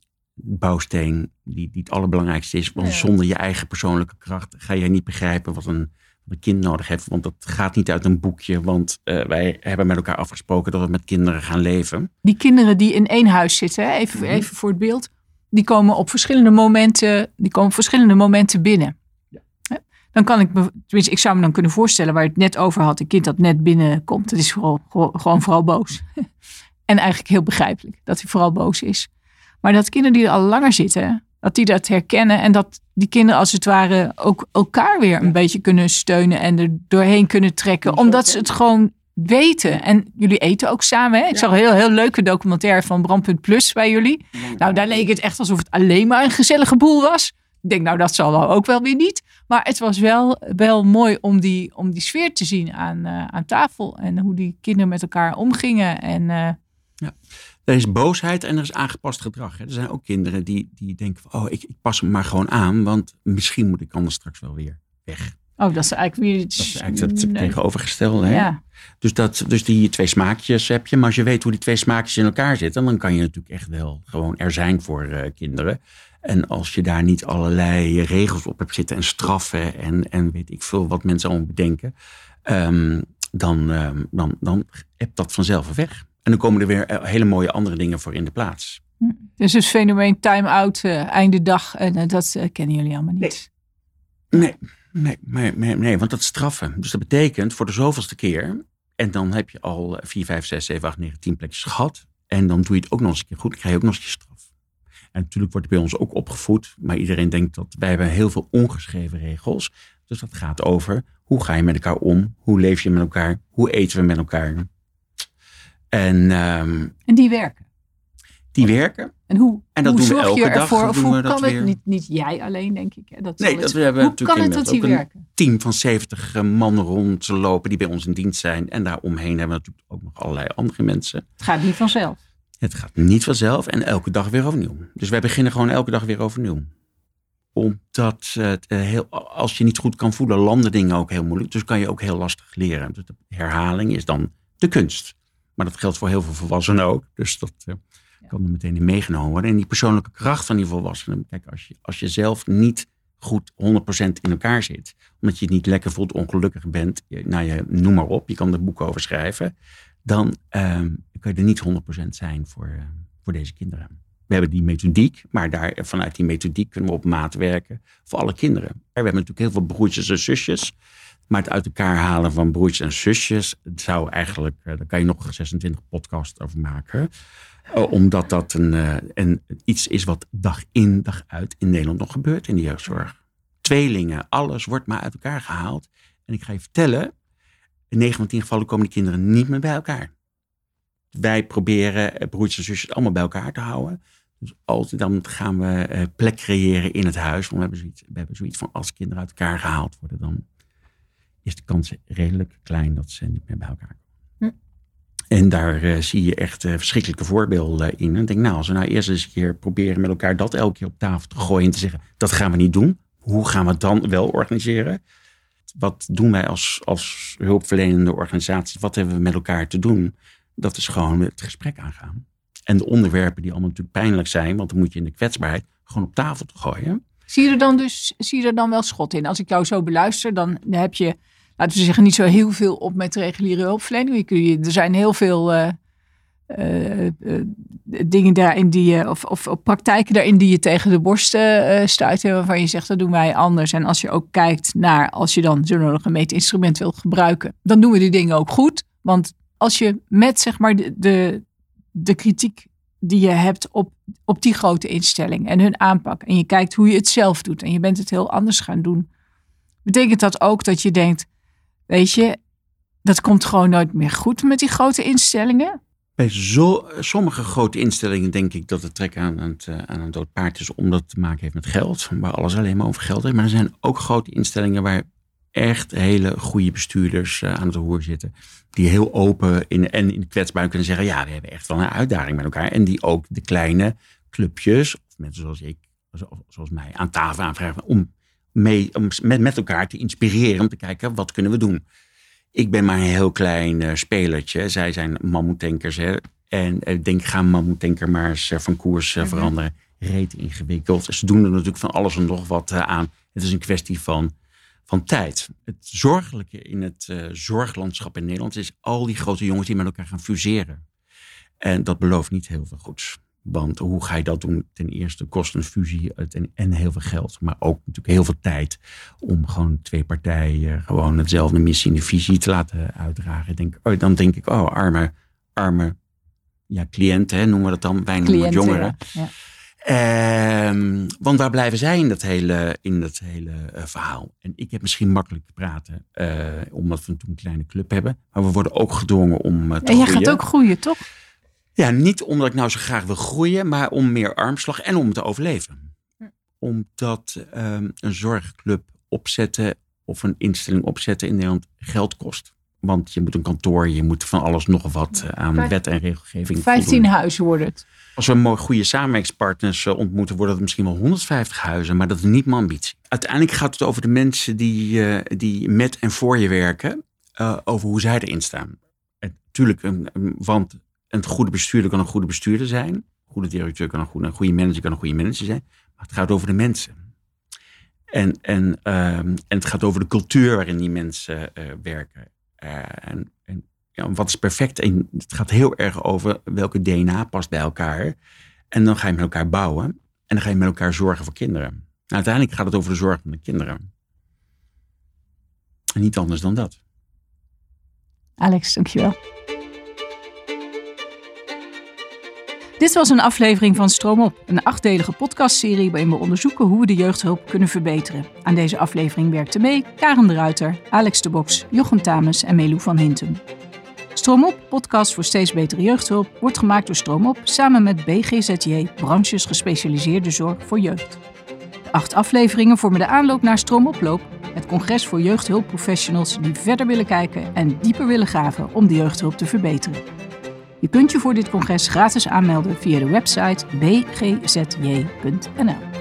bouwsteen die, die het allerbelangrijkste is. Want ja. zonder je eigen persoonlijke kracht ga jij niet begrijpen wat een een kind nodig heeft. Want dat gaat niet uit een boekje. Want uh, wij hebben met elkaar afgesproken dat we met kinderen gaan leven. Die kinderen die in één huis zitten, hè? Even, mm-hmm. even voor het beeld. Die komen op verschillende momenten, die komen op verschillende momenten binnen. Ja. Dan kan ik me, tenminste, ik zou me dan kunnen voorstellen waar je het net over had. Een kind dat net binnenkomt, dat is vooral, gewoon vooral boos. En eigenlijk heel begrijpelijk dat hij vooral boos is. Maar dat kinderen die er al langer zitten, dat die dat herkennen. En dat die kinderen als het ware ook elkaar weer een ja. beetje kunnen steunen. En er doorheen kunnen trekken. Omdat ze het gewoon weten. En jullie eten ook samen. Hè? Ik ja. zag een heel, heel leuke documentaire van Brandpunt Plus bij jullie. Ja. Nou, daar leek het echt alsof het alleen maar een gezellige boel was. Ik denk, nou, dat zal dan ook wel weer niet. Maar het was wel, wel mooi om die, om die sfeer te zien aan, uh, aan tafel. En hoe die kinderen met elkaar omgingen. En... Uh, ja. Er is boosheid en er is aangepast gedrag. Hè. Er zijn ook kinderen die, die denken van, oh, ik, ik pas hem maar gewoon aan, want misschien moet ik anders straks wel weer weg. Oh, dat is eigenlijk weer iets... Dat is eigenlijk het nee. tegenovergestelde. Hè? Ja. Dus, dat, dus die twee smaakjes heb je. Maar als je weet hoe die twee smaakjes in elkaar zitten, dan kan je natuurlijk echt wel gewoon er zijn voor uh, kinderen. En als je daar niet allerlei regels op hebt zitten en straffen en, en weet ik veel wat mensen allemaal bedenken, um, dan, um, dan, dan hebt dat vanzelf weg. En dan komen er weer hele mooie andere dingen voor in de plaats. Dus het fenomeen time-out, uh, einde dag, en uh, dat uh, kennen jullie allemaal niet? Nee. Nee, nee, nee, nee, want dat is straffen. Dus dat betekent voor de zoveelste keer, en dan heb je al vier, vijf, zes, zeven, acht, negen, tien plekjes gehad. En dan doe je het ook nog eens een keer goed, dan krijg je ook nog eens een keer straf. En natuurlijk wordt het bij ons ook opgevoed, maar iedereen denkt dat wij hebben heel veel ongeschreven regels. Dus dat gaat over, hoe ga je met elkaar om? Hoe leef je met elkaar? Hoe eten we met elkaar? En, um, en die werken? Die werken. En hoe, en dat hoe doen we elke dag. Ervoor, of hoe kan het, niet, niet jij alleen denk ik. Hè? Dat nee, dat we hebben hoe kan het dat die werken? Een team van zeventig mannen rondlopen die bij ons in dienst zijn. En daaromheen hebben we natuurlijk ook nog allerlei andere mensen. Het gaat niet vanzelf. Het gaat niet vanzelf en elke dag weer overnieuw. Dus wij beginnen gewoon elke dag weer overnieuw. Omdat het heel, als je niet goed kan voelen, landen dingen ook heel moeilijk. Dus kan je ook heel lastig leren. Dus de herhaling is dan de kunst. Maar dat geldt voor heel veel volwassenen ook. Dus dat uh, ja. kan er meteen in meegenomen worden. En die persoonlijke kracht van die volwassenen. Kijk, als je, als je zelf niet goed honderd procent in elkaar zit. Omdat je het niet lekker voelt, ongelukkig bent. Je, nou, je, noem maar op, je kan er boeken over schrijven. Dan uh, kan je er niet honderd procent zijn voor, uh, voor deze kinderen. We hebben die methodiek. Maar daar, vanuit die methodiek kunnen we op maat werken voor alle kinderen. We hebben natuurlijk heel veel broertjes en zusjes. Maar het uit elkaar halen van broertjes en zusjes, zou eigenlijk, daar kan je nog zesentwintig podcasts over maken. Uh, omdat dat een, uh, een, iets is wat dag in, dag uit in Nederland nog gebeurt in de jeugdzorg. Tweelingen, alles wordt maar uit elkaar gehaald. En ik ga je vertellen, in negen van tien gevallen komen die kinderen niet meer bij elkaar. Wij proberen broertjes en zusjes allemaal bij elkaar te houden. Dus altijd dan gaan we uh, plek creëren in het huis. Want we hebben zoiets, we hebben zoiets van als kinderen uit elkaar gehaald worden, dan is de kans redelijk klein dat ze niet meer bij elkaar komen. Hm. En daar uh, zie je echt uh, verschrikkelijke voorbeelden in. En ik denk, nou, als we nou eerst eens een keer proberen met elkaar dat elke keer op tafel te gooien en te zeggen, dat gaan we niet doen. Hoe gaan we het dan wel organiseren? Wat doen wij als, als hulpverlenende organisatie? Wat hebben we met elkaar te doen? Dat is gewoon het gesprek aangaan. En de onderwerpen die allemaal natuurlijk pijnlijk zijn, want dan moet je in de kwetsbaarheid gewoon op tafel te gooien. Zie je er dan dus zie je er dan wel schot in? Als ik jou zo beluister, dan heb je, laten we zeggen, niet zo heel veel op met reguliere hulpverlening. Er zijn heel veel uh, uh, uh, dingen daarin die je, of, of, of praktijken daarin die je tegen de borst uh, stuit. Waarvan je zegt, dat doen wij anders. En als je ook kijkt naar, als je dan zo nodig een meetinstrument wilt gebruiken, dan doen we die dingen ook goed. Want als je met, zeg maar, de, de, de kritiek die je hebt op, op die grote instelling en hun aanpak. En je kijkt hoe je het zelf doet. En je bent het heel anders gaan doen. Betekent dat ook dat je denkt, weet je, dat komt gewoon nooit meer goed met die grote instellingen? Bij zo, sommige grote instellingen denk ik dat het trek aan het, aan een dood paard is. Omdat het te maken heeft met geld. Waar alles alleen maar over geld heeft. Maar er zijn ook grote instellingen waar echt hele goede bestuurders aan het roer zitten. Die heel open in, en in de kwetsbaar kunnen zeggen, ja, we hebben echt wel een uitdaging met elkaar. En die ook de kleine clubjes, of mensen zoals ik, zoals mij, aan tafel aanvragen om, mee, om met, met elkaar te inspireren. Om te kijken, wat kunnen we doen? Ik ben maar een heel klein uh, spelertje. Zij zijn mammoetankers. Hè? En ik uh, denk, ga een mammoetanker maar eens uh, van koers uh, veranderen. Reet ingewikkeld. Ze doen er natuurlijk van alles en nog wat uh, aan. Het is een kwestie van van tijd. Het zorgelijke in het uh, zorglandschap in Nederland is al die grote jongens die met elkaar gaan fuseren. En dat belooft niet heel veel goeds. Want hoe ga je dat doen? Ten eerste kost een fusie en heel veel geld. Maar ook natuurlijk heel veel tijd om gewoon twee partijen gewoon hetzelfde missie en de visie te laten uitdragen. Denk, oh, dan denk ik, oh, arme, arme ja, cliënten, hè, noemen we dat dan. Wij noemen het jongeren. Ja. Um, want waar blijven zij in dat hele, in dat hele uh, verhaal? En ik heb misschien makkelijk te praten, uh, omdat we toen een kleine club hebben. Maar we worden ook gedwongen om uh, te en jij groeien. gaat ook groeien, toch? Ja, niet omdat ik nou zo graag wil groeien, maar om meer armslag en om te overleven. Hm. Omdat um, een zorgclub opzetten of een instelling opzetten in Nederland geld kost. Want je moet een kantoor, je moet van alles nog wat uh, aan Vijf, wet en regelgeving vijftien voldoen. huizen wordt het. Als we mooie goede samenwerkingspartners uh, ontmoeten, worden het misschien wel honderdvijftig huizen. Maar dat is niet mijn ambitie. Uiteindelijk gaat het over de mensen die, uh, die met en voor je werken. Uh, over hoe zij erin staan. En natuurlijk, um, um, want een goede bestuurder kan een goede bestuurder zijn. Een goede directeur kan een goede, een goede manager kan een goede manager zijn. Maar het gaat over de mensen. En, en, um, en het gaat over de cultuur waarin die mensen uh, werken. Uh, en, en ja, wat is perfect? En het gaat heel erg over welke D N A past bij elkaar. En dan ga je met elkaar bouwen. En dan ga je met elkaar zorgen voor kinderen. Nou, uiteindelijk gaat het over de zorg van de kinderen. En niet anders dan dat. Alex, dankjewel. Dit was een aflevering van Stroom Op, een achtdelige podcastserie waarin we onderzoeken hoe we de jeugdhulp kunnen verbeteren. Aan deze aflevering werkten mee Karen de Ruiter, Alex de Box, Jochem Tames en Melou van Hintem. Stroom Op, podcast voor steeds betere jeugdhulp, wordt gemaakt door Stroom Op samen met B G Z J, branches gespecialiseerde zorg voor jeugd. De acht afleveringen vormen de aanloop naar Stroom Oploop, het congres voor jeugdhulpprofessionals die verder willen kijken en dieper willen graven om de jeugdhulp te verbeteren. Je kunt je voor dit congres gratis aanmelden via de website b g z j punt n l.